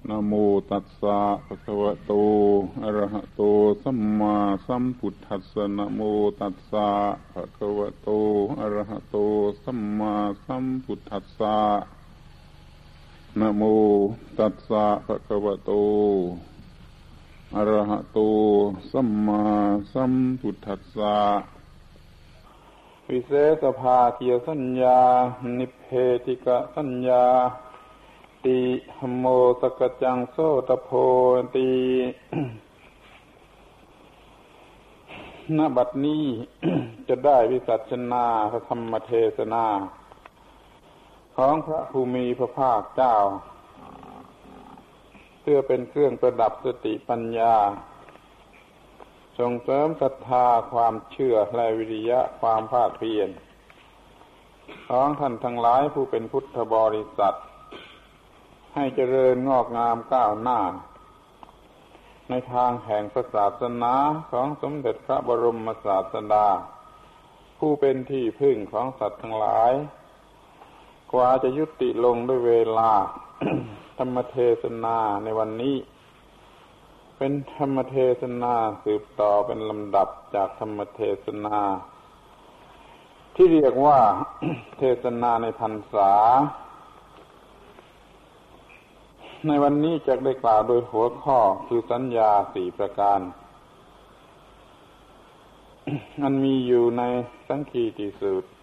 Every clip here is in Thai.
นะโมตัสสะภะคะวะโตอะระหะโตสัมมาสัมพุทธัสสะนะโมตัสสะภะคะวะโตอะระหะโตสัมมาสัมพุทธัสสะนะโมตัสสะภะคะวะโตอะระหะโตสัมมาสัมพุทธัสสะวิเศษภาคียสัญญานิพเพธิกสัญญาติโมสกจังโสตโพติณ บัดนี้ จะได้วิสัชนาพระธรรมเทศนาของพระภูมิพระภาคเจ้าเพื่อเป็นเครื่องประดับสติปัญญาส่งเสริมศรัทธาความเชื่อและวิริยะความภาคเพียรของท่านทั้งหลายผู้เป็นพุทธบริษัทให้เจริญงอกงามก้าวหน้าในทางแห่งศาสนาของสมเด็จพระบรมศาสดาผู้เป็นที่พึ่งของสัตว์ทั้งหลายกว่าจะยุติลงด้วยเวลา ธรรมเทศนาในวันนี้เป็นธรรมเทศนาสืบต่อเป็นลำดับจากธรรมเทศนาที่เรียกว่า เทศนาในพรรษาในวันนี้จะได้กล่าวโดยหัวข้อคือสัญญา4ประการอันมีอยู่ในสังคีติสูตร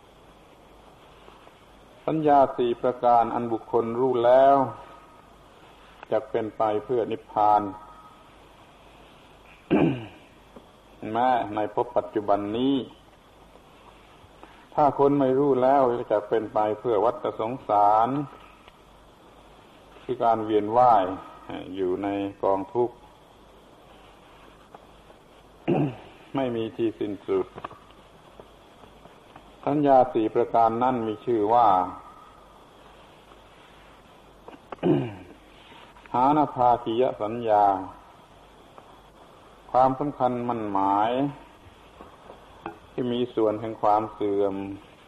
สัญญา4ประการอันบุคคลรู้แล้วจะเป็นไปเพื่อนิพพาน แม้ในภพปัจจุบันนี้ถ้าคนไม่รู้แล้วจะเป็นไปเพื่อวัฏสงสารคือการเวียนว่ายอยู่ในกองทุกข์ ไม่มีที่สิ้นสุดสัญญา4ประการนั้นมีชื่อว่า หานภาคียสัญญาความสำคัญมั่นหมายที่มีส่วนแห่งความเสื่อม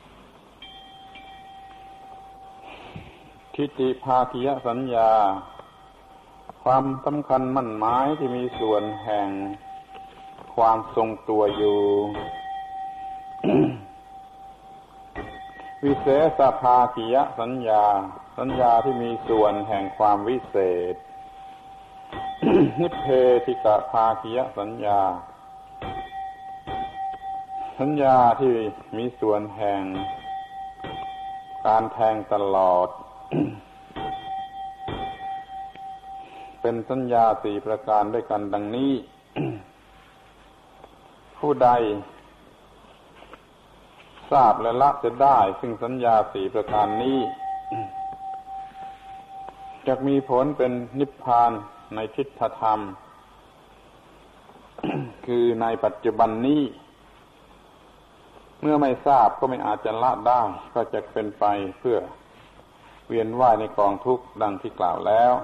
ทิฏฐิภาคียสัญญาความสำคัญมั่นหมายที่มีส่วนแห่งความทรงตัวอยู่ วิเศษภาคียสัญญาสัญญาที่มีส่วนแห่งความวิเศษ นิพเพธิกภาคียสัญญาสัญญาที่มีส่วนแห่งการแทงตลอด เป็นสัญญา4ประการด้วยกันดังนี้ ผู้ใดทราบและละจะได้ซึ่งสัญญา4ประการนี้ จะมีผลเป็นนิพพานในทิฏฐธรรม คือในปัจจุบันนี้เมื่อไม่ทราบก็ไม่อาจจะละได้ก็จะเป็นไปเพื่อเวียนว่ายในกองทุกข์ดังที่กล่าวแล้ว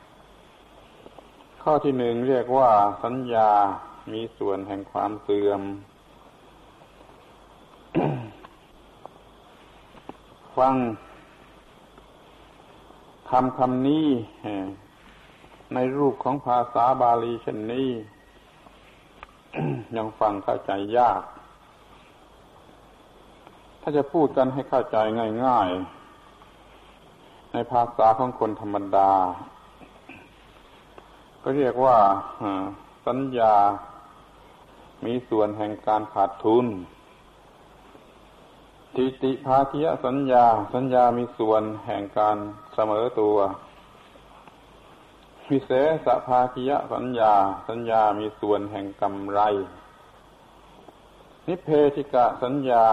ข้อที่1เรียกว่าสัญญามีส่วนแห่งความเสื่อม ฟังคำนี้ในรูปของภาษาบาลีเช่นนี้ ยังฟังเข้าใจยากถ้าจะพูดกันให้เข้าใจง่ายๆในภาษาของคนธรรมดาก็เรียกว่าสัญญามีส่วนแห่งการขาดทุนทิฏฐิภาคียสัญญาสัญญามีส่วนแห่งการเสมอตัววิเศษภาคียสัญญาสัญญามีส่วนแห่งกำไรนิพเพธิกสัญญา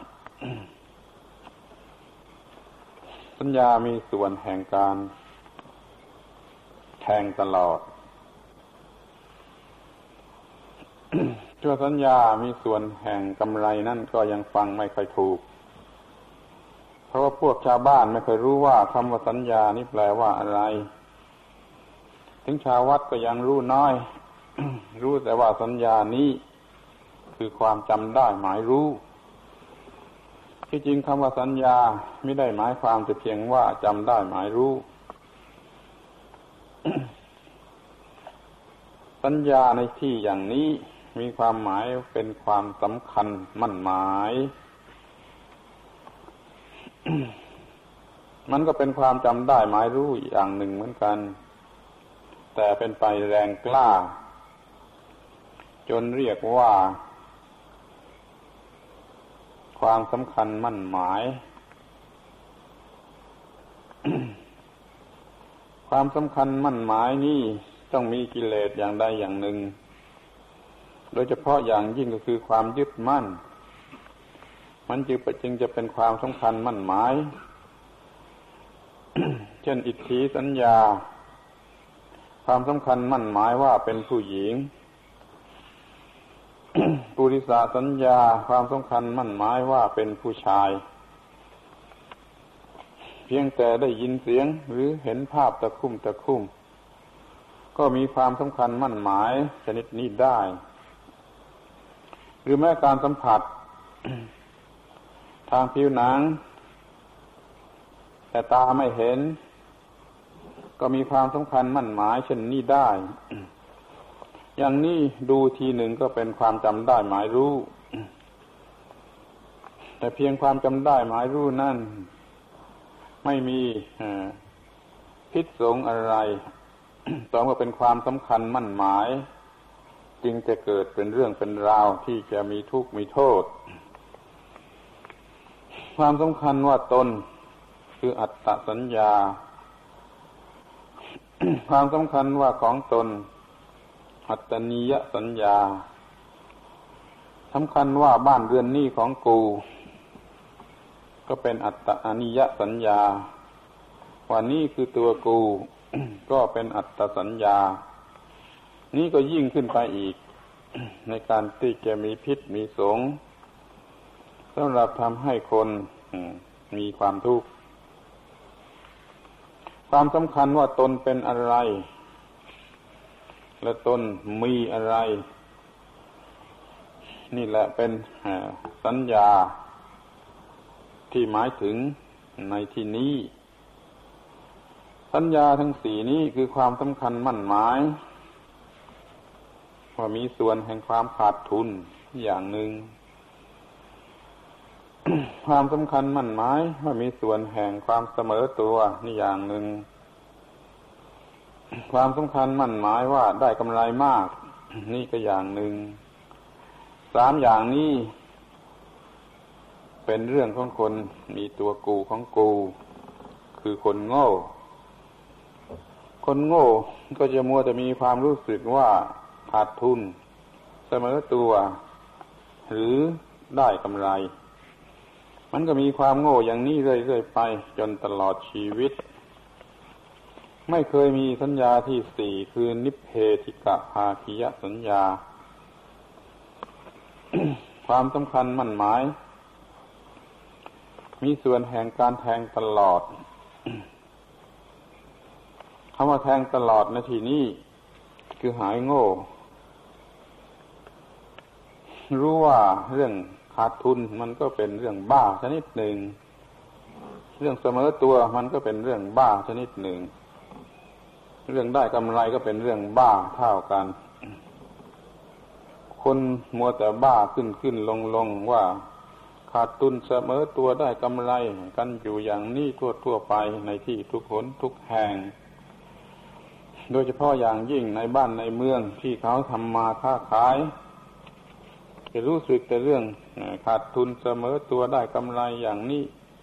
สัญญามีส่วนแห่งการแทงตลอด ชั่วสัญญามีส่วนแห่งกำไรนั่นก็ยังฟังไม่ค่อยถูกเพราะว่าพวกชาวบ้านไม่เคยรู้ว่าคำว่าสัญญานี่แปลว่าอะไรถึงชาววัดก็ยังรู้น้อย รู้แต่ว่าสัญญานี้คือความจำได้หมายรู้ที่จริงคำว่าสัญญาไม่ได้หมายความแต่เพียงว่าจำได้หมายรู้สัญญาในที่อย่างนี้มีความหมายเป็นความสำคัญมั่นหมาย มันก็เป็นความจำได้หมายรู้อย่างหนึ่งเหมือนกันแต่เป็นไปแรงกล้าจนเรียกว่าความสำคัญมั่นหมาย ความสำคัญมั่นหมายนี่ต้องมีกิเลสอย่างใดอย่างหนึ่งโดยเฉพาะอย่างยิ่งก็คือความยึดมั่นมันจึงจะเป็นความสำคัญมั่นหมาย เช่นอิทธิสัญญาความสำคัญมั่นหมายว่าเป็นผู้หญิง ปุริสสัญญาความสำคัญมั่นหมายว่าเป็นผู้ชายเพียงแต่ได้ยินเสียงหรือเห็นภาพตะคุ่มก็มีความสำคัญมั่นหมายชนิดนี้ได้หรือแม้การสัมผัส ทางผิวหนังแต่ตาไม่เห็นก็มีความสำคัญมั่นหมายเช่นนี้ได้ อย่างนี้ดูทีหนึ่งก็เป็นความจำได้หมายรู้แต่เพียงความจำได้หมายรู้นั่นไม่มีพิษสงอะไร ต้องว่าเป็นความสำคัญมั่นหมายจึงจะเกิดเป็นเรื่องเป็นราวที่จะมีทุกข์มีโทษความสำคัญว่าตนคืออัตตสัญญา ความสำคัญว่าของตนอัตตนิยสัญญาสำคัญว่าบ้านเรือนนี้ของกูก็เป็นอัตตนิยสัญญาว่านี่คือตัวกู ก็เป็นอัตตสัญญานี่ก็ยิ่งขึ้นไปอีก ในการที่จะมีพิษมีสงสำหรับทำให้คนมีความทุกข์ความสำคัญว่าตนเป็นอะไรและตนมีอะไรนี่แหละเป็นสัญญาที่หมายถึงในที่นี้สัญญาทั้งสี่นี้คือความสำคัญมั่นหมายว่ามีส่วนแห่งความขาดทุนอย่างหนึ่ง ความสำคัญมั่นหมายว่ามีส่วนแห่งความเสมอตัวนี่อย่างหนึ่งความสำคัญมั่นหมายว่าได้กำไรมากนี่ก็อย่างหนึ่งสามอย่างนี้เป็นเรื่องของคนมีตัวกูของกูคือคนโง่คนโง่ก็จะมัวแต่มีความรู้สึกว่าขาดทุนเสมอตัวหรือได้กำไรมันก็มีความโง่อย่างนี้เรื่อยๆไปจนตลอดชีวิตไม่เคยมีสัญญาที่สี่คือนิพเพธิกะภาคิยสัญญา ความสำคัญมั่นหมายมีส่วนแห่งการแทงตลอด คำว่าแทงตลอดในที่นี้คือหายโง่รู้ว่าเรื่องขาดทุนมันก็เป็นเรื่องบ้าชนิดหนึ่งเรื่องเสมอตัวมันก็เป็นเรื่องบ้าชนิดหนึ่งเรื่องได้กำไรก็เป็นเรื่องบ้าเท่ากันคนมัวแต่บ้าขึ้นลงว่าขาดทุนเสมอตัวได้กำไรกันอยู่อย่างนี้ทั่วไปในที่ทุกหนทุกแห่งโดยเฉพาะอย่างยิ่งในบ้านในเมืองที่เขาทำมาค้าขายจะรู้สึกแต่เรื่องขาดทุนเสมอตัวได้กำไรอย่างนี้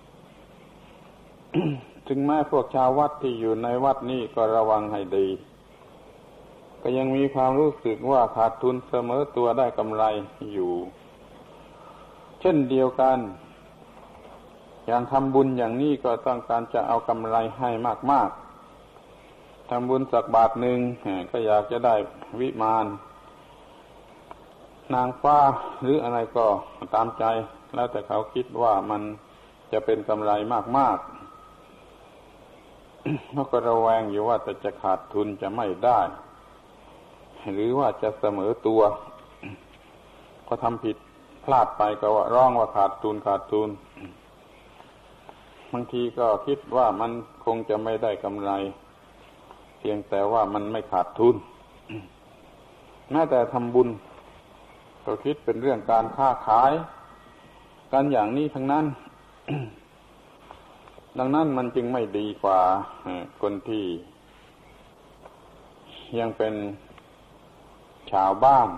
ถึงแม้พวกชาววัดที่อยู่ในวัดนี้ก็ระวังให้ดีก็ยังมีความรู้สึกว่าขาดทุนเสมอตัวได้กำไรอยู่เช่นเดียวกันอย่างทำบุญอย่างนี้ก็ต้องการจะเอากำไรให้มากๆทำบุญสักบาทหนึ่งก็อยากจะได้วิมานนางฟ้าหรืออะไรก็ตามใจแล้วแต่เขาคิดว่ามันจะเป็นกำไรมากๆเขาก็ระแวงอยู่ว่าจะขาดทุนจะไม่ได้หรือว่าจะเสมอตัวก็ทำผิดพลาดไปก็ว่าร้องว่าขาดทุนบางทีก็คิดว่ามันคงจะไม่ได้กำไรเพียงแต่ว่ามันไม่ขาดทุนแม้แต่ทำบุญก็คิดเป็นเรื่องการค้าขายกันอย่างนี้ทั้งนั้น ดังนั้นมันจึงไม่ดีกว่าคนที่ยังเป็นชาวบ้าน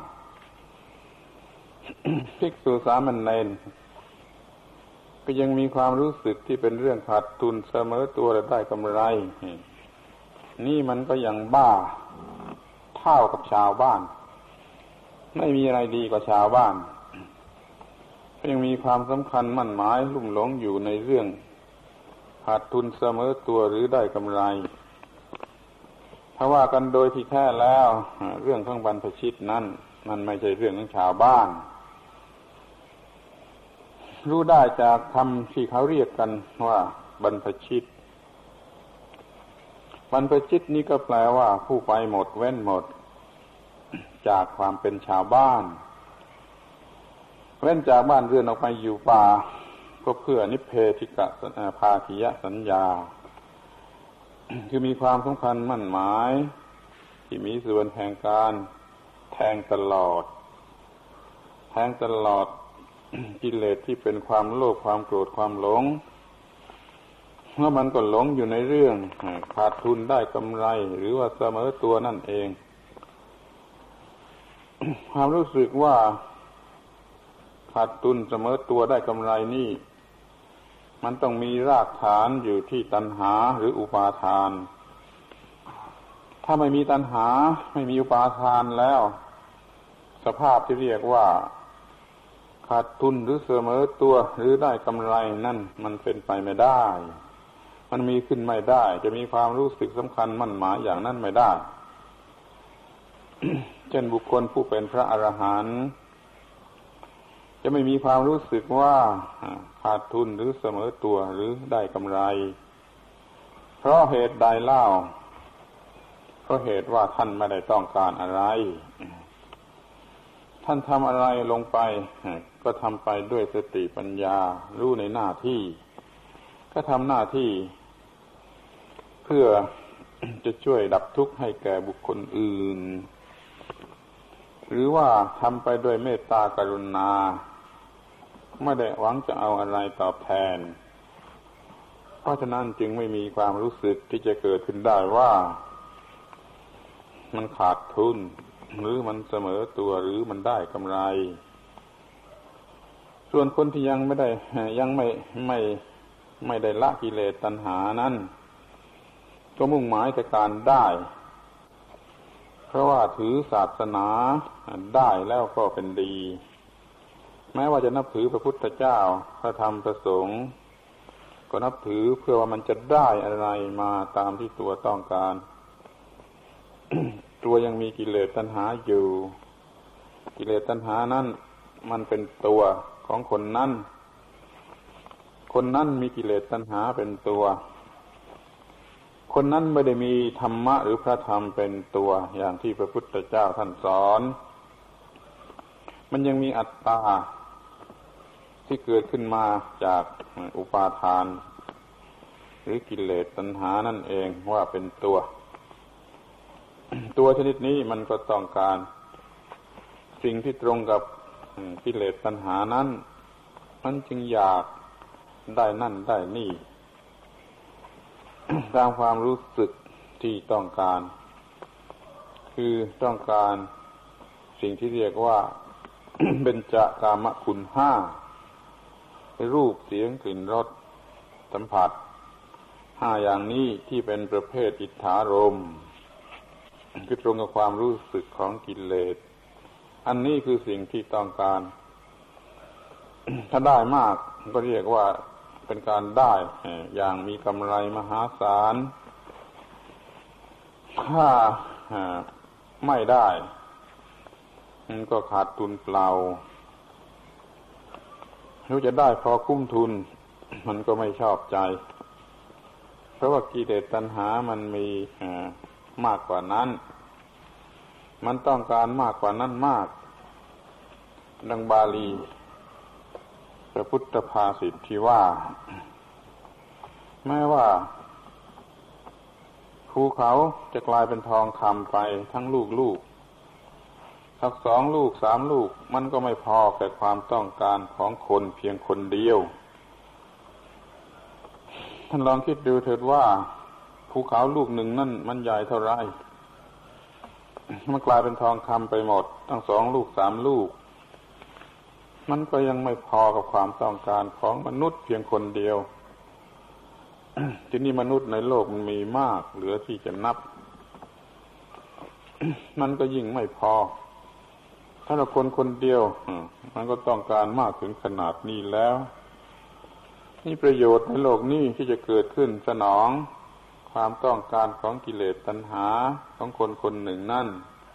ภิกษุสามเณรก็ยังมีความรู้สึกที่เป็นเรื่องขาดทุนเสมอตัวและได้กำไรนี่มันก็ยังบ้าเท่ากับชาวบ้านไม่มีอะไรดีกว่าชาวบ้านก็ยังมีความสำคัญมั่นหมายลุ่มหลงอยู่ในเรื่องขาดทุนเสมอตัวหรือได้กำไรถ้าว่ากันโดยที่แท้แล้วเรื่องของบรรพชิตนั้นมันไม่ใช่เรื่องของชาวบ้านรู้ได้จากคำที่เขาเรียกกันว่าบรรพชิตบรรพชิตนี้ก็แปลว่าผู้ไปหมดเว้นหมดจากความเป็นชาวบ้านเว้นจากบ้านเรือนออกไปอยู่ป่าก็เพื่อนิพเพธิกะภาคิยสัญญาคือมีความสำคัญมั่นหมายที่มีส่วนแห่งการแทงตลอดกิเลสที่เป็นความโลภความโกรธความหลงเมื่อมันก็หลงอยู่ในเรื่องขาดทุนได้กำไรหรือว่าเสมอตัวนั่นเอง ความรู้สึกว่าขาดทุนเสมอตัวได้กำไรนี่มันต้องมีรากฐานอยู่ที่ตัณหาหรืออุปาทานถ้าไม่มีตัณหาไม่มีอุปาทานแล้วสภาพที่เรียกว่าขาดทุนหรือเสมอตัวหรือได้กำไรนั่นมันเป็นไปไม่ได้มันมีขึ้นไม่ได้จะมีความรู้สึกสำคัญมั่นหมายอย่างนั้นไม่ได้ เช่นบุคคลผู้เป็นพระอรหันต์จะไม่มีความรู้สึกว่าขาดทุนหรือเสมอตัวหรือได้กำไรเพราะเหตุใดเล่าเพราะเหตุว่าท่านไม่ได้ต้องการอะไรท่านทำอะไรลงไปก็ทำไปด้วยสติปัญญารู้ในหน้าที่ก็ทำหน้าที่เพื่อจะช่วยดับทุกข์ให้แก่บุคคลอื่นหรือว่าทำไปด้วยเมตตากรุณาไม่ได้หวังจะเอาอะไรตอบแทนเพราะฉะนั้นจึงไม่มีความรู้สึกที่จะเกิดขึ้นได้ว่ามันขาดทุนหรือมันเสมอตัวหรือมันได้กำไรส่วนคนที่ยังไม่ได้ละกิเลสตัณหานั้นก็มุ่งหมายแต่การได้เพราะว่าถือศาสนาได้แล้วก็เป็นดีแม้ว่าจะนับถือพระพุทธเจ้าพระธรรมพระสงฆ์ก็นับถือเพื่อว่ามันจะได้อะไรมาตามที่ตัวต้องการ ตัวยังมีกิเลสตัณหาอยู่กิเลสตัณหานั้นมันเป็นตัวของคนนั้นมีกิเลสตัณหาเป็นตัวคนนั้นไม่ได้มีธรรมะหรือพระธรรมเป็นตัวอย่างที่พระพุทธเจ้าท่านสอนมันยังมีอัตตาที่เกิดขึ้นมาจากอุปาทานหรือกิเลสตัณหานั่นเองว่าเป็นตัวชนิดนี้มันก็ต้องการสิ่งที่ตรงกับกิเลสตัณหานั้นมันจึงอยากได้นั่นได้นี่ ตามความรู้สึกที่ต้องการคือต้องการสิ่งที่เรียกว่า เบญจกามคุณห้ารูปเสียงกลิ่นรสสัมผัสห้าอย่างนี้ที่เป็นประเภทอิทธารมณ์คือตรงกับความรู้สึกของกิเลสอันนี้คือสิ่งที่ต้องการ ถ้าได้มากก็เรียกว่าเป็นการได้อย่างมีกำไรมหาศาลถ้าไม่ได้มันก็ขาดทุนเปล่ารู้จะได้พอคุ้มทุนมันก็ไม่ชอบใจเพราะว่ากิเลสตัณหามันมีมากกว่านั้นมันต้องการมากกว่านั้นมากดังบาลีพระพุทธภาษิตที่ว่าแม้ว่าภูเขาจะกลายเป็นทองคำไปทั้งลูกสัก2 ลูก 3 ลูกมันก็ไม่พอแก่ความต้องการของคนเพียงคนเดียวท่านลองคิดดูเถิดว่าภูเขาลูกหนึ่งนั่นมันใหญ่เท่าไรมันกลายเป็นทองคำไปหมดตั้ง2 ลูก 3 ลูกมันก็ยังไม่พอกับความต้องการของมนุษย์เพียงคนเดียว ที่นี่มนุษย์ในโลกมันมีมากเหลือที่จะนับ มันก็ยิ่งไม่พอถ้าเราคนเดียวมันก็ต้องการมากถึงขนาดนี้แล้วนี่ประโยชน์ในโลกนี้ที่จะเกิดขึ้นสนองความต้องการของกิเลสตัณหาของคนหนึ่งนั่น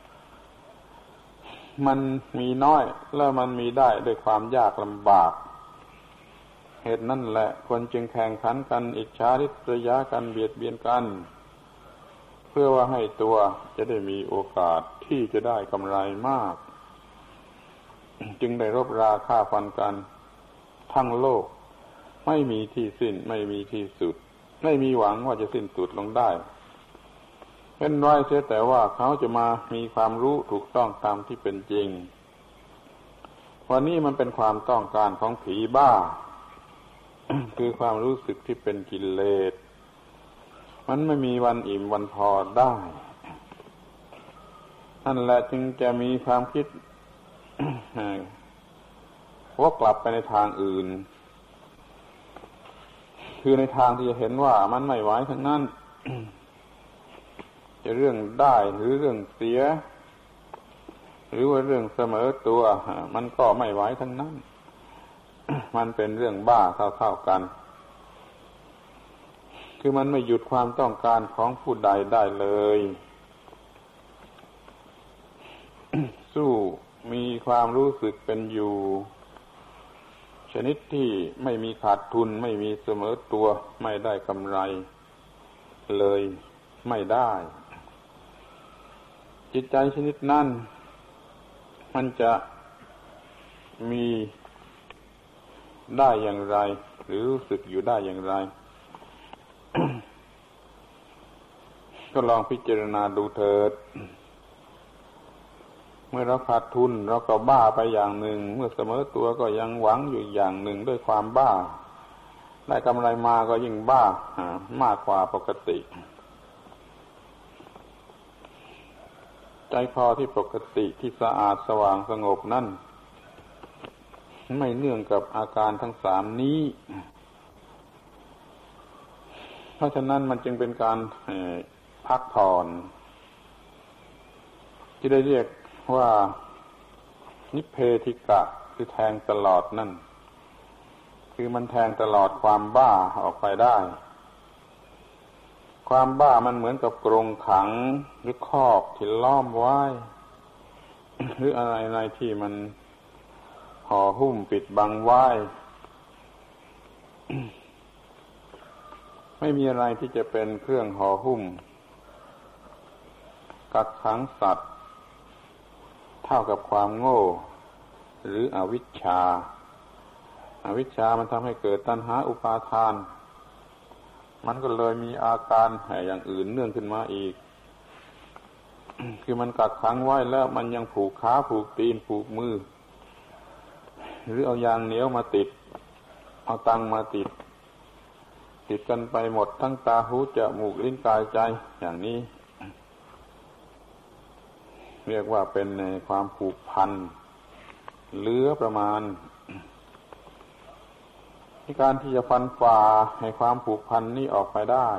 มันมีน้อยแล้วมันมีได้ด้วยความยากลำบากเหตุนั่นแหละคนจึงแข่งขันกันอิจฉาริษยากันเบียดเบียนกันเพื่อว่าให้ตัวจะได้มีโอกาสที่จะได้กำไรมากจึงได้รบราฆ่าฟันกันทั้งโลกไม่มีที่สิ้นไม่มีที่สุดไม่มีหวังว่าจะสิ้นสุดลงได้เป็นไรเสียแต่ว่าเขาจะมามีความรู้ถูกต้องตามที่เป็นจริงวันนี้มันเป็นความต้องการของผีบ้า คือความรู้สึกที่เป็นกิเลสมันไม่มีวันอิ่มวันพอได้นั่นแหละจึงจะมีความคิด วกกลับไปในทางอื่นคือในทางที่จะเห็นว่ามันไม่ไหวทั้งนั้น จะเรื่องได้หรือเรื่องเสียหรือว่าเรื่องเสมอตัวมันก็ไม่ไหวทั้งนั้น มันเป็นเรื่องบ้าเท่ากันคือมันไม่หยุดความต้องการของผู้ใดได้เลย สู้มีความรู้สึกเป็นอยู่ชนิดที่ไม่มีขาดทุนไม่มีเสมอตัวไม่ได้กำไรเลยไม่ได้จิตใจชนิดนั้นมันจะมีได้อย่างไรหรือรู้สึกอยู่ได้อย่างไร ก็ลองพิจารณาดูเถิดเมื่อเราขาดทุนเราก็บ้าไปอย่างหนึ่งเมื่อเสมอตัวก็ยังหวังอยู่อย่างหนึ่งด้วยความบ้าได้กำไรมาก็ยิ่งบ้ามากกว่าปกติใจคอที่ปกติที่สะอาดสว่างสงบนั่นไม่เนื่องกับอาการทั้ง3นี้เพราะฉะนั้นมันจึงเป็นการพักผ่อนที่ได้เรียกว่านิพเพธิกะคือแทงตลอดนั่นคือมันแทงตลอดความบ้าออกไปได้ความบ้ามันเหมือนกับกรงขังหรือคอกที่ล้อมไว้ หรืออะไรที่มันห่อหุ้มปิดบังไว้ ไม่มีอะไรที่จะเป็นเครื่องห่อหุ้มกักขังสัตว์เท่ากับความโง่หรืออวิชชามันทำให้เกิดตัณหาอุปาทานมันก็เลยมีอาการอย่างอื่นเนื่องขึ้นมาอีก คือมันกักขังไว้แล้วมันยังผูกขาผูกตีนผูกมือหรือเอายางเหนียวมาติดเอาตังมาติดกันไปหมดทั้งตาหูจมูกลิ้นกายใจอย่างนี้เรียกว่าเป็นในความผูกพันเหลือประมาณในการที่จะฟันฝ่าให้ความผูกพันนี้ออกไปได้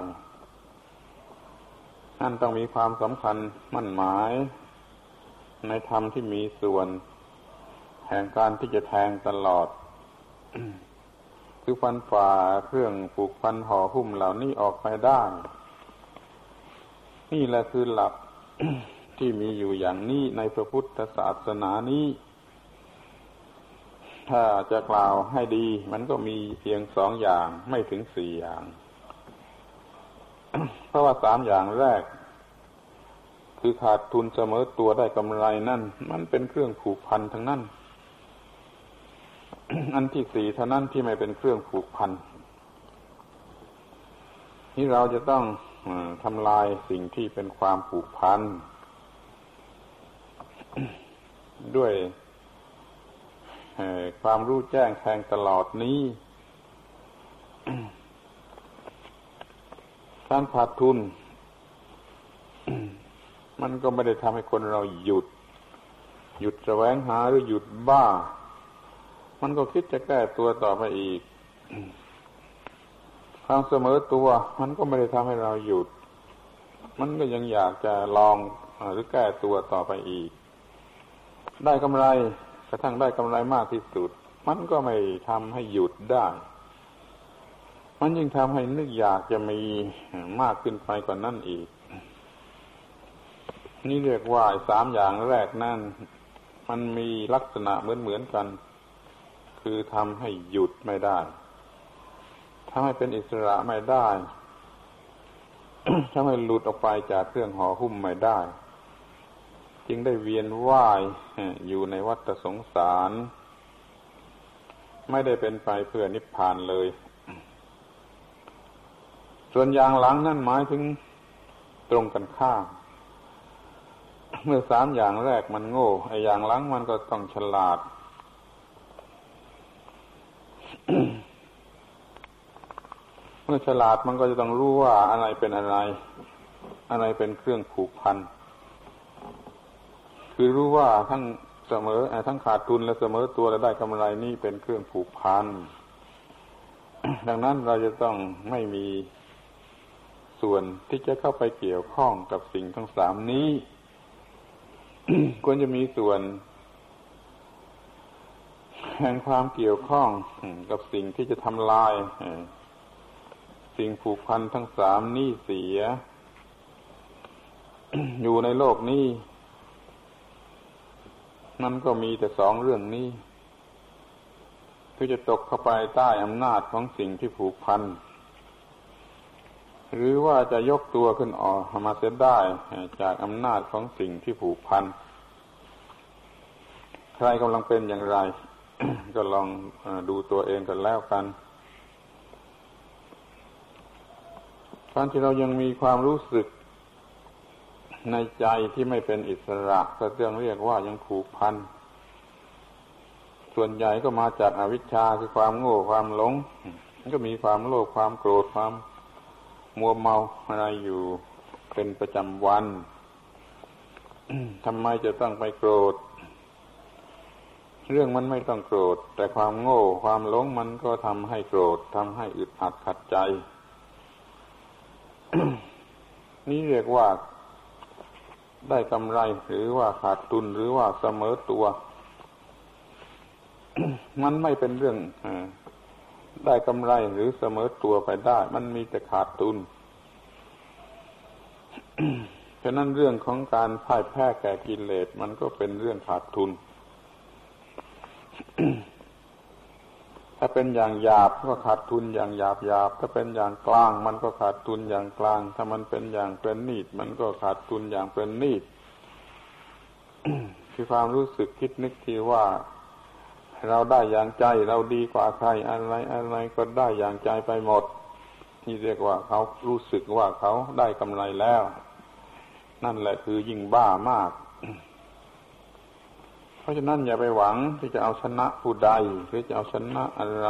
นั่นต้องมีความสำคัญมั่นหมายในธรรมที่มีส่วนแห่งการที่จะแทงตลอด คือฟันฝ่าเครื่องผูกพันห่อหุ้มเหล่านี้ออกไปได้นี่แหละคือหลัก ที่มีอยู่อย่างนี้ในพระพุทธศาสนานี้ถ้าจะกล่าวให้ดีมันก็มีเพียง2 อย่างไม่ถึง4 อย่าง เพราะว่า3 อย่างแรกคือขาดทุนเสมอตัวได้กำไรนั่นมันเป็นเครื่องผูกพันทั้งนั้น อันที่4เท่านั้นที่ไม่เป็นเครื่องผูกพันนี่เราจะต้องทำลายสิ่งที่เป็นความผูกพันด้วยความรู้แจ้งแทงตลอดนี้การขาดทุนมันก็ไม่ได้ทำให้คนเราหยุดแสวงหาหรือหยุดบ้ามันก็คิดจะแก้ตัวต่อไปอีกความเสมอตัวมันก็ไม่ได้ทำให้เราหยุดมันก็ยังอยากจะลองหรือแก้ตัวต่อไปอีกได้กำไรกระทั่งได้กำไรมากที่สุดมันก็ไม่ทำให้หยุดได้มันยิ่งทำให้นึกอยากจะมีมากขึ้นไปกว่านั้นอีกนี่เรียกว่า3อย่างแรกนั่นมันมีลักษณะเหมือนกันคือทำให้หยุดไม่ได้ทำให้เป็นอิสระไม่ได้ ทำให้หลุดออกไปจากเครื่องห่อหุ้มไม่ได้จึงได้เวียนว่ายอยู่ในวัฏสงสารไม่ได้เป็นไปเพื่อนิพพานเลยส่วนอย่างหลังนั่นหมายถึงตรงกันข้ามเมื่อ3อย่างแรกมันโง่ไอ้อย่างหลังมันก็ต้องฉลาด เมื่อฉลาดมันก็จะต้องรู้ว่าอะไรเป็นอะไรเป็นเครื่องผูกพันคือรู้ว่าทั้งเสมอทั้งขาดทุนและเสมอตัวและได้กำไรนี่เป็นเครื่องผูกพัน ดังนั้นเราจะต้องไม่มีส่วนที่จะเข้าไปเกี่ยวข้องกับสิ่งทั้ง3นี้ ควรจะมีส่วนแห่งความเกี่ยวข้องกับสิ่งที่จะทำลายสิ่งผูกพันทั้ง3นี้เสีย อยู่ในโลกนี้มันก็มีแต่2เรื่องนี้ที่จะตกเข้าไปใต้อำนาจของสิ่งที่ผูกพันหรือว่าจะยกตัวขึ้นออกมาเสียได้จากอำนาจของสิ่งที่ผูกพันใครกำลังเป็นอย่างไร ก็ลองดูตัวเองกันแล้วกันการที่เรายังมีความรู้สึกในใจที่ไม่เป็นอิสระก็ต้องเรียกว่ายังผูกพันส่วนใหญ่ก็มาจากอวิชชาคือความโง่ความหลงมันก็มีความโลภความโกรธความมัวเมาอะไรอยู่เป็นประจำวัน ทำไมจะต้องไปโกรธเรื่องมันไม่ต้องโกรธแต่ความโง่ความหลงมันก็ทำให้โกรธทำให้อึดอัดขัดใจ นี่เรียกว่าได้กำไรหรือว่าขาดทุนหรือว่าเสมอตัว มันไม่เป็นเรื่องได้กำไรหรือเสมอตัวไปได้มันมีแต่ขาดทุน ฉะนั้นเรื่องของการพ่ายแพ้แก่กิเลสมันก็เป็นเรื่องขาดทุน ถ้าเป็นอย่างหยาบก็ขาดทุนอย่างหยาบถ้าเป็นอย่างกลางมันก็ขาดทุนอย่างกลางถ้ามันเป็นอย่างประณีตมันก็ขาดทุนอย่างประณีต คือความรู้สึกคิดนึกที่ว่าเราได้อย่างใจเราดีกว่าใครอะไรก็ได้อย่างใจไปหมดนี่เรียกว่าเขารู้สึกว่าเขาได้กำไรแล้วนั่นแหละคือยิ่งบ้ามาก เพราะฉะนั้นอย่าไปหวังที่จะเอาชนะผู้ใดหรือจะเอาชนะอะไร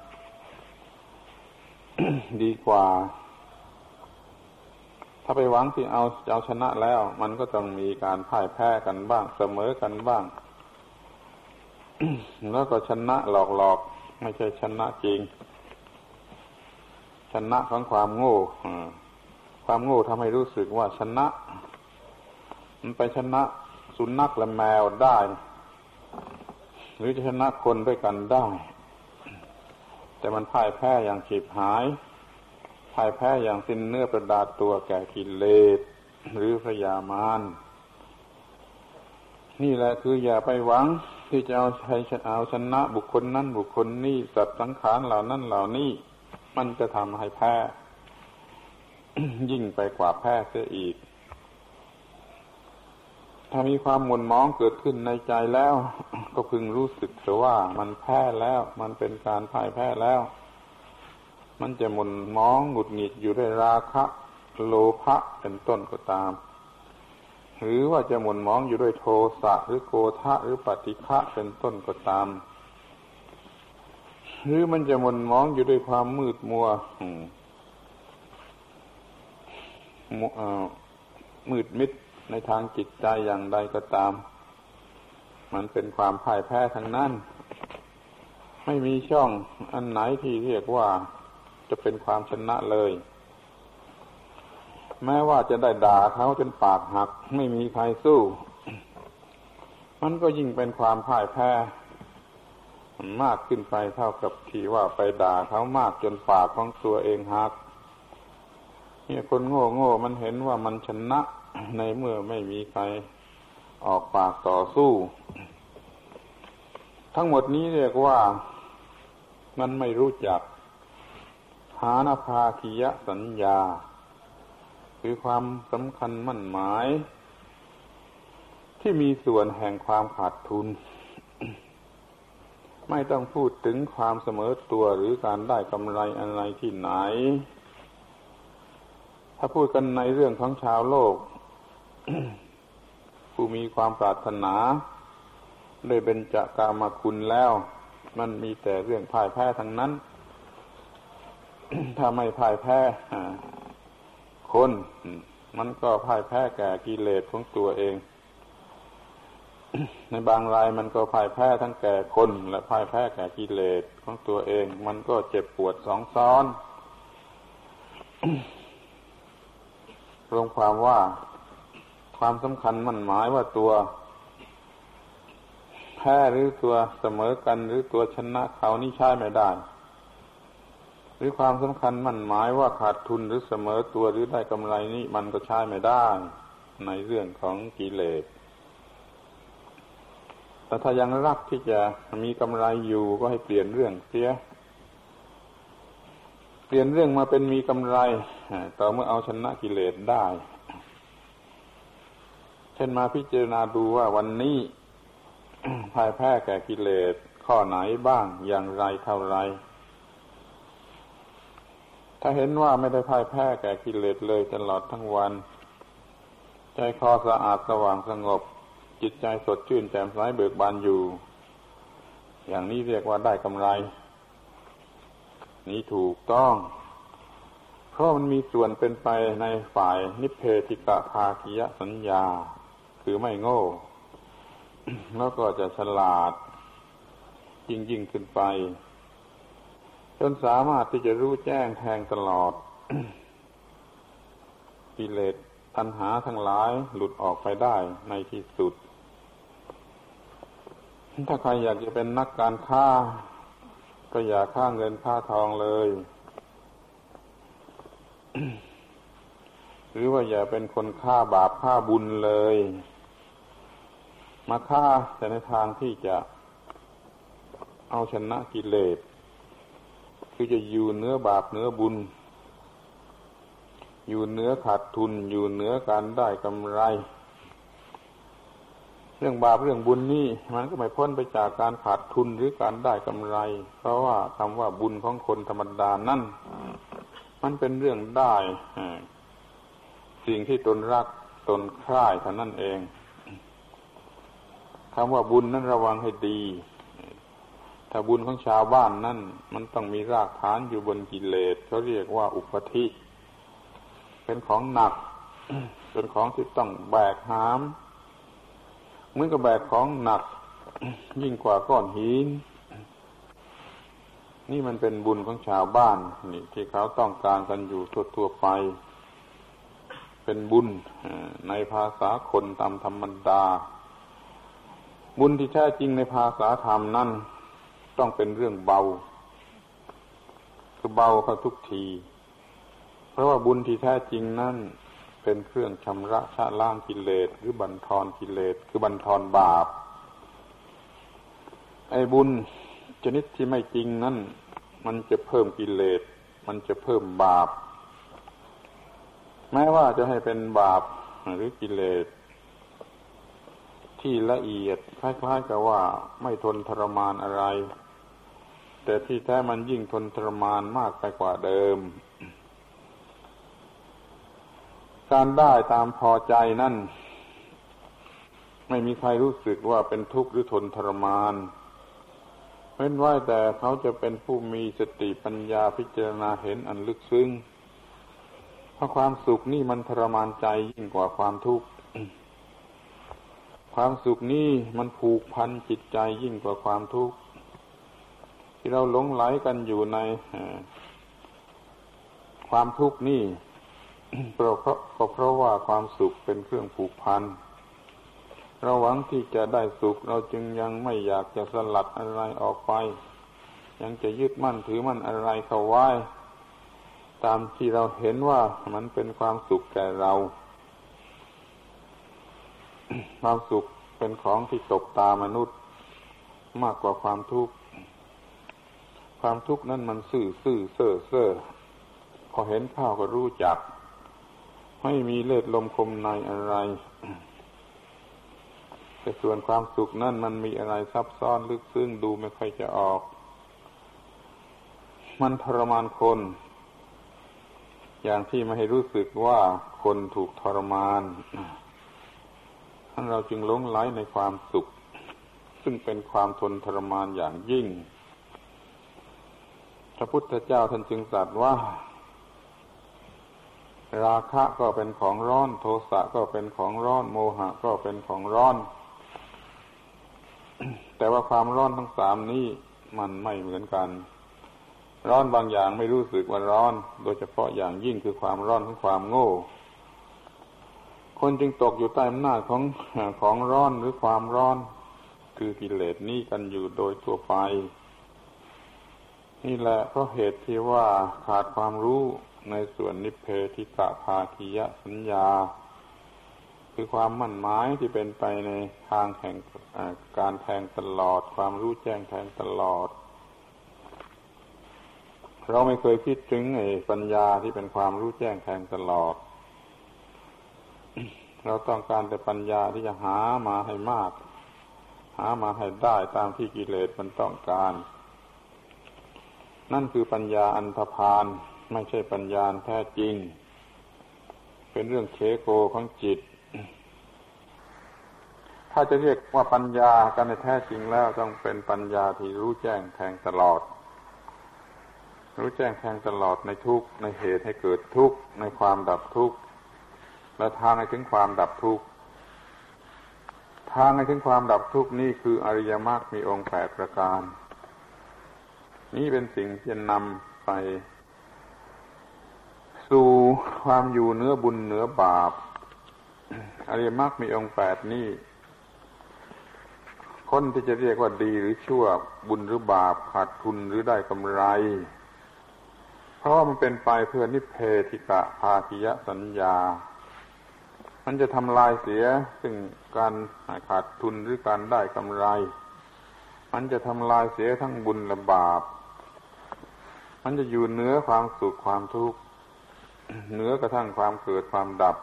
ดีกว่าถ้าไปหวังที่เอาชนะแล้วมันก็ต้องมีการพ่ายแพ้กันบ้างเสมอกันบ้าง แล้วก็ชนะหลอกไม่ใช่ชนะจริงชนะของความโง่ความโง่ทำให้รู้สึกว่าชนะมันไปชนะสุนัขและแมวได้หรือจะชนะคนด้วยกันได้แต่มันพ่ายแพ้อย่างฉิบหายพ่ายแพ้อย่างสิ้นเนื้อประดาตัวแก่กิเลสหรือพยามารนี่แหละคืออย่าไปหวังที่จะเอาชนะบุคคลนั้นบุคคลนี้สัตว์สังขารเหล่านั้นเหล่านี้มันจะทำให้แพ้ ยิ่งไปกว่าแพ้เสียอีกถ้ามีความหม่นหมองเกิดขึ้นในใจแล้วก็พึงรู้สึกเถอะว่ามันแพ้แล้วมันเป็นการพ่ายแพ้แล้วมันจะหม่นหมองหงุดหงิดอยู่ด้วยราคะโลภะเป็นต้นก็ตามหรือว่าจะหม่นหมองอยู่ด้วยโทสะหรือโกฏะหรือปฏิฆะเป็นต้นก็ตามหรือมันจะหม่นหมองอยู่ด้วยความมืดมัวมืดมิดในทางจิตใจอย่างใดก็ตามมันเป็นความพ่ายแพ้ทั้งนั้นไม่มีช่องอันไหนที่เรียกว่าจะเป็นความชนะเลยแม้ว่าจะได้ด่าเขาจนปากหักไม่มีใครสู้มันก็ยิ่งเป็นความพ่ายแพ้มากขึ้นไปเท่ากับที่ว่าไปด่าเขามากจนปากของตัวเองหักเนี่ยคนโง่มันเห็นว่ามันชนะในเมื่อไม่มีใครออกปากต่อสู้ทั้งหมดนี้เรียกว่ามันไม่รู้จักฐานภาคียสัญญาคือความสำคัญมั่นหมายที่มีส่วนแห่งความขาดทุนไม่ต้องพูดถึงความเสมอตัวหรือการได้กำไรอะไรที่ไหนถ้าพูดกันในเรื่องของชาวโลก ผู้มีความปรารถนาได้เบญจกามคุณแล้วมันมีแต่เรื่องพ่ายแพ้ทั้งนั้น ถ้าไม่พ่ายแพ้คนมันก็พ่ายแพ้แก่กิเลสของตัวเอง ในบางรายมันก็พ่ายแพ้ทั้งแก่คนและพ่ายแพ้แก่กิเลสของตัวเองมันก็เจ็บปวดสองซ้อน รวมความว่าความสำคัญมั่นหมายว่าตัวแพ้หรือตัวเสมอกันหรือตัวชนะเขานี่ใช้ไม่ได้หรือความสำคัญมั่นหมายว่าขาดทุนหรือเสมอตัวหรือได้กำไรนี่มันก็ใช้ไม่ได้ในเรื่องของกิเลสแต่ถ้ายังรักที่จะมีกำไรอยู่ก็ให้เปลี่ยนเรื่องเสียเปลี่ยนเรื่องมาเป็นมีกำไรต่อเมื่อเอาชนะกิเลสได้เช่นมาพิจารณาดูว่าวันนี้ พ่ายแพ้แก่กิเลสข้อไหนบ้างอย่างไรเท่าไรถ้าเห็นว่าไม่ได้พ่ายแพ้แก่กิเลสเลยตลอดทั้งวันใจคอสะอาดสว่างสงบจิตใจสดชื่นแจ่มใสเบิกบานอยู่อย่างนี้เรียกว่าได้กำไรนี้ถูกต้องเพราะมันมีส่วนเป็นไปในฝ่ายนิพเพธิกภาคียสัญญาคือไม่โง่แล้วก็จะฉลาดยิ่งขึ้นไปจนสามารถที่จะรู้แจ้งแทงตลอด กิเลสตัณหาทั้งหลายหลุดออกไปได้ในที่สุดถ้าใครอยากจะเป็นนักการค้าก็อย่าค้าเงินค้าทองเลย หรือว่าอย่าเป็นคนฆ่าบาปฆ่าบุญเลยมาฆ่าแต่ในทางที่จะเอาชนะกิเลสคือจะอยู่เหนือบาปเหนือบุญอยู่เหนือขาดทุนอยู่เหนือการได้กำไรเรื่องบาปเรื่องบุญนี่มันก็ไม่พ้นไปจากการขาดทุนหรือการได้กำไรเพราะว่าคำว่าบุญของคนธรรมดานั่นมันเป็นเรื่องได้สิ่งที่ตนรักตนใคร่เท่านั้นเองคำว่าบุญนั้นระวังให้ดีถ้าบุญของชาวบ้านนั่นมันต้องมีรากฐานอยู่บนกิเลสเขาเรียกว่าอุปธิเป็นของหนัก เป็นของที่ต้องแบกหามเหมือนกับแบกของหนัก ยิ่งกว่าก้อนหินนี่มันเป็นบุญของชาวบ้านนี่ที่เขาต้องการกันอยู่ทั่วๆไปเป็นบุญในภาษาคนตามธรรมดาบุญที่แท้จริงในภาษาธรรมนั่นต้องเป็นเรื่องเบาคือเบาเข้าทุกทีเพราะว่าบุญที่แท้จริงนั่นเป็นเครื่องชำระชะล้างกิเลสหรือบั่นทอนกิเลสคือบั่นทอนบาปไอ้บุญชนิดที่ไม่จริงนั่นมันจะเพิ่มกิเลสมันจะเพิ่มบาปแม้ว่าจะให้เป็นบาปหรือกิเลสที่ละเอียดคล้ายๆกับว่าไม่ทนทรมานอะไรแต่ที่แท้มันยิ่งทนทรมานมากไปกว่าเดิมการได้ตามพอใจนั่นไม่มีใครรู้สึกว่าเป็นทุกข์หรือทนทรมานเว้นไว้แต่เขาจะเป็นผู้มีสติปัญญาพิจารณาเห็นอันลึกซึ้งเพราะความสุขนี่มันทรมานใจยิ่งกว่าความทุกข์ความสุขนี่มันผูกพันจิตใจยิ่งกว่าความทุกข์ที่เราหลงไหลกันอยู่ในความทุกข์นี่ เพราะว่าความสุขเป็นเครื่องผูกพันเราหวังที่จะได้สุขเราจึงยังไม่อยากจะสลัดอะไรออกไปยังจะยึดมั่นถือมั่นอะไรเข้าไว้ตามที่เราเห็นว่ามันเป็นความสุขแก่เรา ความสุขเป็นของที่ตกตามนุษย์มากกว่าความทุกข์ความทุกข์นั้นมันซื่อเซ่อพอเห็นข้าวก็รู้จักไม่มีเลือดลมคมในอะไรแต่ส่วนความสุขนั่นมันมีอะไรซับซ้อนลึกซึ้งดูไม่ค่อยจะออกมันทรมานคนอย่างที่ไม่ให้รู้สึกว่าคนถูกทรมานท่านเราจึงหลงไหลในความสุขซึ่งเป็นความทนทรมานอย่างยิ่งพระพุทธเจ้าท่านจึงตรัสว่าราคะก็เป็นของร้อนโทสะก็เป็นของร้อนโมหะก็เป็นของร้อนแต่ว่าความร้อนทั้งสามนี้มันไม่เหมือนกันร้อนบางอย่างไม่รู้สึกว่าร้อนโดยเฉพาะอย่างยิ่งคือความร้อนของความโง่คนจึงตกอยู่ใต้อำนาจของร้อนหรือความร้อนคือกิเลสนี้กันอยู่โดยทั่วไปนี่แหละเพราะเหตุที่ว่าขาดความรู้ในส่วนนิพเพธิกะภาคียสัญญาคือความมั่นหมายที่เป็นไปในทางแห่งการแทงตลอดความรู้แจ้งแทงตลอดเราไม่เคยคิดถึงปัญญาที่เป็นความรู้แจ้งแทงตลอดเราต้องการแต่ปัญญาที่จะหามาให้มากหามาให้ได้ตามที่กิเลสมันต้องการนั่นคือปัญญาอันธพาลไม่ใช่ปัญญาแท้จริงเป็นเรื่องเฉโกของจิตถ้าจะเรียกว่าปัญญากันในแท้จริงแล้วต้องเป็นปัญญาที่รู้แจ้งแทงตลอดรู้แจ้งแทงตลอดในทุกข์ในเหตุให้เกิดทุกข์ในความดับทุกข์และทางให้ถึงความดับทุกข์ทางให้ถึงความดับทุกข์นี่คืออริยมรรคมีองค์8ประการนี่เป็นสิ่งที่จะนำไปสู่ความอยู่เหนือบุญเหนือบาปอริยมรรคมีองค์8นี่คนที่จะเรียกว่าดีหรือชั่วบุญหรือบาปขาดทุนหรือได้กำไรเพราะว่ามันเป็นไปเพื่อนิพเพธิกะภาคียสัญญามันจะทำลายเสียซึ่งการขาดทุนหรือการได้กำไรมันจะทำลายเสียทั้งบุญและบาปมันจะอยู่เหนือความสุขความทุกข์เหนือกระทั่งความเกิดความดับ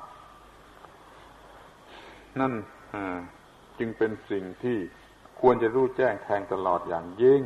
นั่นจึงเป็นสิ่งที่ควรจะรู้แจ้งแทงตลอดอย่างยิ่ง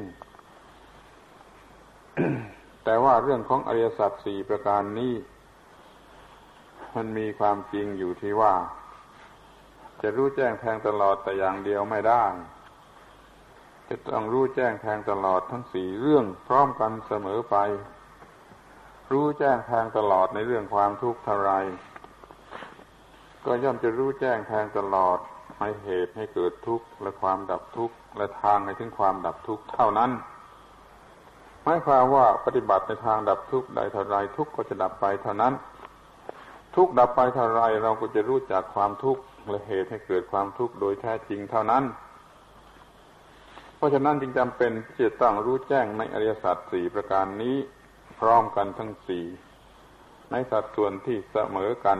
แต่ว่าเรื่องของอริยสัจ4ประการนี้มันมีความจริงอยู่ที่ว่าจะรู้แจ้งแทงตลอดแต่อย่างเดียวไม่ได้จะต้องรู้แจ้งแทงตลอดทั้ง4เรื่องพร้อมกันเสมอไปรู้แจ้งแทงตลอดในเรื่องความทุกข์เท่าไรก็ย่อมจะรู้แจ้งแทงตลอดในเหตุให้เกิดทุกข์และความดับทุกข์และทางให้ถึงความดับทุกข์เท่านั้นหมายความว่าปฏิบัติในทางดับทุกข์ใดเท่าไรทุกข์ก็จะดับไปเท่านั้นทุกข์ดับไปเท่าไรเราก็จะรู้จักความทุกข์และเหตุให้เกิดความทุกข์โดยแท้จริงเท่านั้นเพราะฉะนั้นจึงจำเป็นที่จะต้องรู้แจ้งในอริยสัจ4ประการนี้พร้อมกันทั้ง4ในสัดส่วนที่เสมอกัน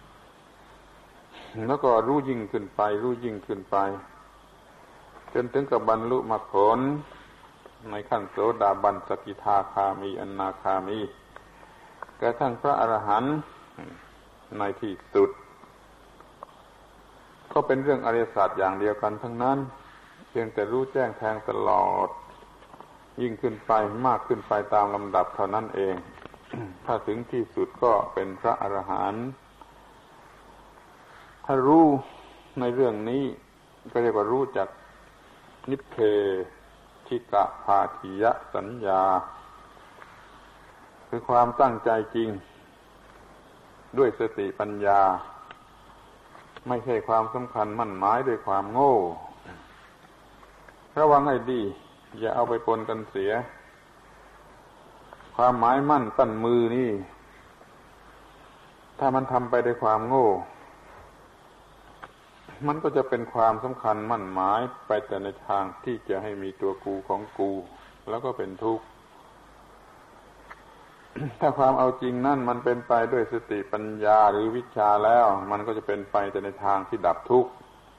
แล้วก็รู้ยิ่งขึ้นไปรู้ยิ่งขึ้นไปจนถึงกับบรรลุมรรคผลในขั้นโสดาบันสกิทาคามีอนาคามีกระทั่งพระอรหันต์ในที่สุดก็เป็นเรื่องอริยสัจอย่างเดียวกันทั้งนั้นเพียงแต่รู้แจ้งแทงตลอดยิ่งขึ้นไปมากขึ้นไปตามลำดับเท่านั้นเอง ถ้าถึงที่สุดก็เป็นพระอรหันต์ถ้ารู้ในเรื่องนี้ก็เรียกว่ารู้จักนิพเพธิกะภาคียสัญญาคือความตั้งใจจริงด้วยสติปัญญาไม่ใช่ความสำคัญมั่นหมายด้วยความโง่ระวังให้ดีอย่าเอาไปปนกันเสียความหมายมั่นตั้นมือนี่ถ้ามันทำไปด้วยความโง่มันก็จะเป็นความสำคัญมั่นหมายไปแต่ในทางที่จะให้มีตัวกูของกูแล้วก็เป็นทุกข์ ถ้าความเอาจริงนั่นมันเป็นไปด้วยสติปัญญาหรือวิชาแล้วมันก็จะเป็นไปแต่ในทางที่ดับทุกข์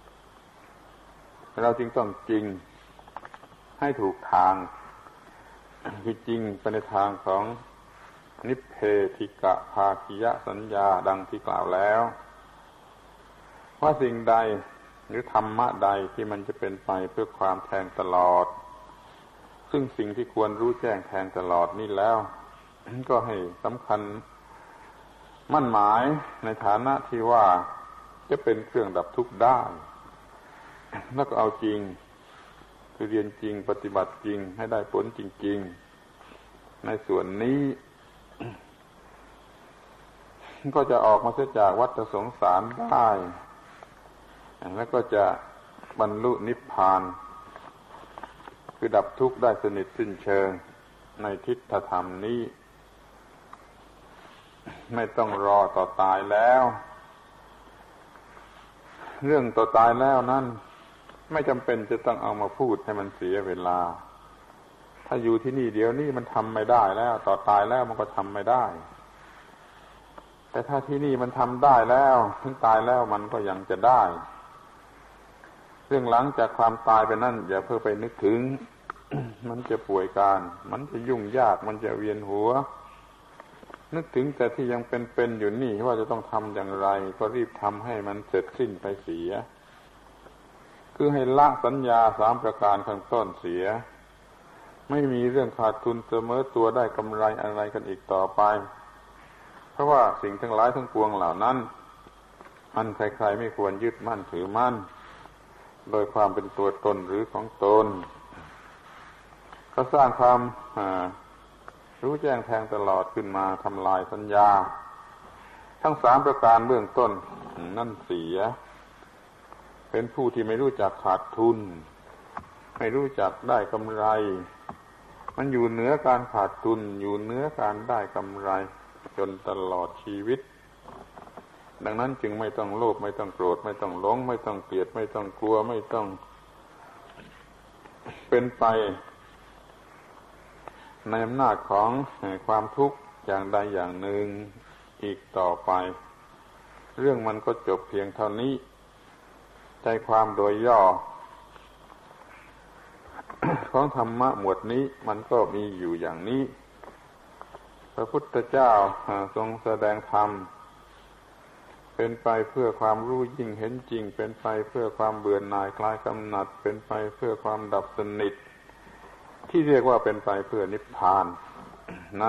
เราจึงต้องจริงให้ถูกทางคือจริงไปในทางของนิพเพธิกะภาคียสัญญาดังที่กล่าวแล้วว่าสิ่งใดหรือธรรมะใดที่มันจะเป็นไปเพื่อความแทงตลอดซึ่งสิ่งที่ควรรู้แจ้งแทงตลอดนี่แล้วก็ให้สำคัญมั่นหมายในฐานะที่ว่าจะเป็นเครื่องดับทุกข์ได้แล้วก็เอาจริงคือเรียนจริงปฏิบัติจริงให้ได้ผลจริงๆในส่วนนี้ก็จะออกมาเสียจากวัฏสงสารได้แล้วก็จะบรรลุนิพพานคือดับทุกข์ได้สนิทสิ้นเชิงในทิฏฐธรรมนี้ไม่ต้องรอต่อตายแล้วเรื่องต่อตายแล้วนั้นไม่จำเป็นจะต้องเอามาพูดให้มันเสียเวลาถ้าอยู่ที่นี่เดี๋ยวนี้มันทำไม่ได้แล้วต่อตายแล้วมันก็ทำไม่ได้แต่ถ้าที่นี่มันทำได้แล้วถึงตายแล้วมันก็ยังจะได้เรื่องหลังจากความตายไปนั่นอย่าเพิ่งไปนึกถึง มันจะป่วยการมันจะยุ่งยากมันจะเวียนหัวนึกถึงแต่ที่ยังเป็นอยู่นี่ว่าจะต้องทำอย่างไรก็รีบทำให้มันเสร็จสิ้นไปเสียคือให้ละสัญญา3ประการข้างต้นเสียไม่มีเรื่องขาดทุนเสมอตัวได้กำไรอะไรกันอีกต่อไปเพราะว่าสิ่งทั้งหลายทั้งปวงเหล่านั้นมันใครๆไม่ควรยึดมั่นถือมั่นโดยความเป็นตัวตนหรือของตนก็สร้างความรู้แจ้งแทงตลอดขึ้นมาทำลายสัญญาทั้ง3ประการเบื้องต้นนั่นเสียเป็นผู้ที่ไม่รู้จักขาดทุนไม่รู้จักได้กำไรมันอยู่เหนือการขาดทุนอยู่เหนือการได้กำไรจนตลอดชีวิตดังนั้นจึงไม่ต้องโลภไม่ต้องโกรธไม่ต้องหลงไม่ต้องเกลียดไม่ต้องกลัวไม่ต้องเป็นไปในอำนาจของความทุกข์อย่างใดอย่างหนึ่งอีกต่อไปเรื่องมันก็จบเพียงเท่านี้ใจความโดยย่อ ของธรรมะหมวดนี้มันก็มีอยู่อย่างนี้พระพุทธเจ้าทรงแสดงธรรมเป็นไปเพื่อความรู้ยิ่งเห็นจริงเป็นไปเพื่อความเบื่อหน่ายคลายกำหนัดเป็นไปเพื่อความดับสนิทที่เรียกว่าเป็นไปเพื่อนิพพานนั่น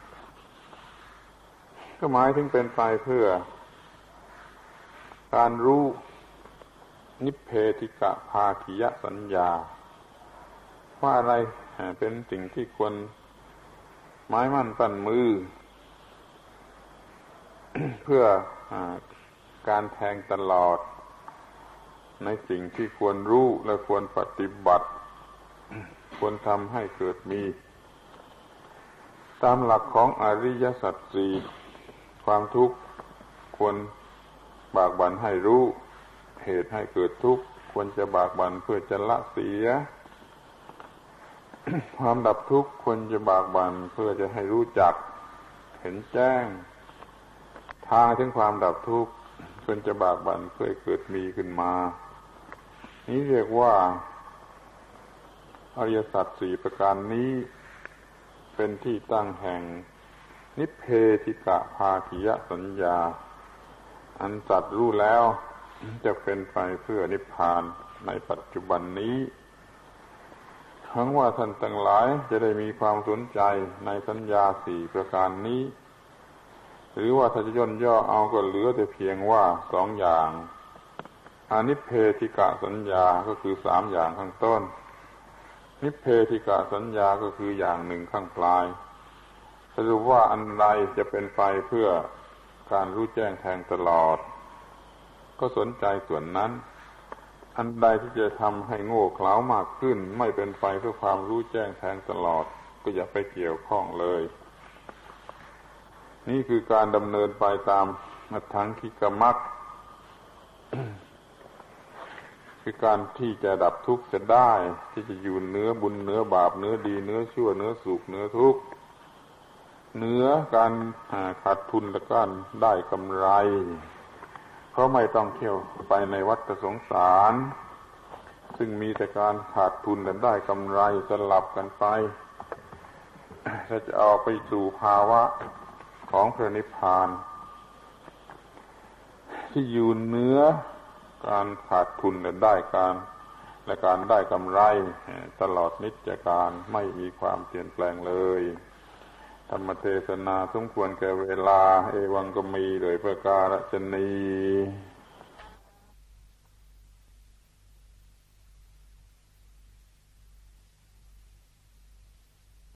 ก็หมายถึงเป็นไปเพื่อการรู้นิพเพธิกะภาคียสัญญาว่าอะไรเป็นสิ่งที่ควรหมายมั่นปั้นมือ เพื่อการแทงตลอดในสิ่งที่ควรรู้และควรปฏิบัติควรทำให้เกิดมีตามหลักของอริยสัจสี่ความทุกข์ควรบากบั่นให้รู้เหตุให้เกิดทุกข์ควรจะบากบั่นเพื่อจะละเสีย ความดับทุกข์ควรจะบากบั่นเพื่อจะให้รู้จักเห็นแจ้งทางถึงความดับทุกข์ควรจะบากบั่นเพื่อให้เกิดมีขึ้นมานี้เรียกว่าอริยสัจ4ประการนี้เป็นที่ตั้งแห่งนิพเพธิกะภาคียสัญญาอันสัตว์รู้แล้วจะเป็นไปเพื่อนิพพานในปัจจุบันนี้หวังว่าท่านทั้งหลายจะได้มีความสนใจในสัญญา4ประการนี้หรือว่าถ้าจะย่นย่อเอาก็เหลือแต่เพียงว่า2อย่างอานิพเพธิกะสัญญาก็คือสามอย่างข้างต้นนิพเพธิกะสัญญาก็คืออย่างหนึ่งข้างปลายสรุปว่าอันใดจะเป็นไปเพื่อการรู้แจ้งแทงตลอดก็สนใจส่วนนั้นอันใดที่จะทำให้โง่เขลามากขึ้นไม่เป็นไปเพื่อความรู้แจ้งแทงตลอดก็อย่าไปเกี่ยวข้องเลยนี่คือการดำเนินไปตามมัทธังคิกมรรค คือการที่จะดับทุกข์จะได้ที่จะอยู่เหนือบุญเหนือบาปเหนือดีเหนือชั่วเหนือสุขเหนือทุกข์เหนือการขาดทุนและการได้กำไรเพราะไม่ต้องเที่ยวไปในวัฏสงสารซึ่งมีแต่การขาดทุนและได้กำไรสลับกันไปถ้าจะออกไปสู่ภาวะของพระนิพพานที่อยู่เหนือการขาดทุนและได้การได้กำไรตลอดนิจการไม่มีความเปลี่ยนแปลงเลยธรรมเทศนาสมควรแก่เวลาเอวังก็มีโดยประการฉะนี้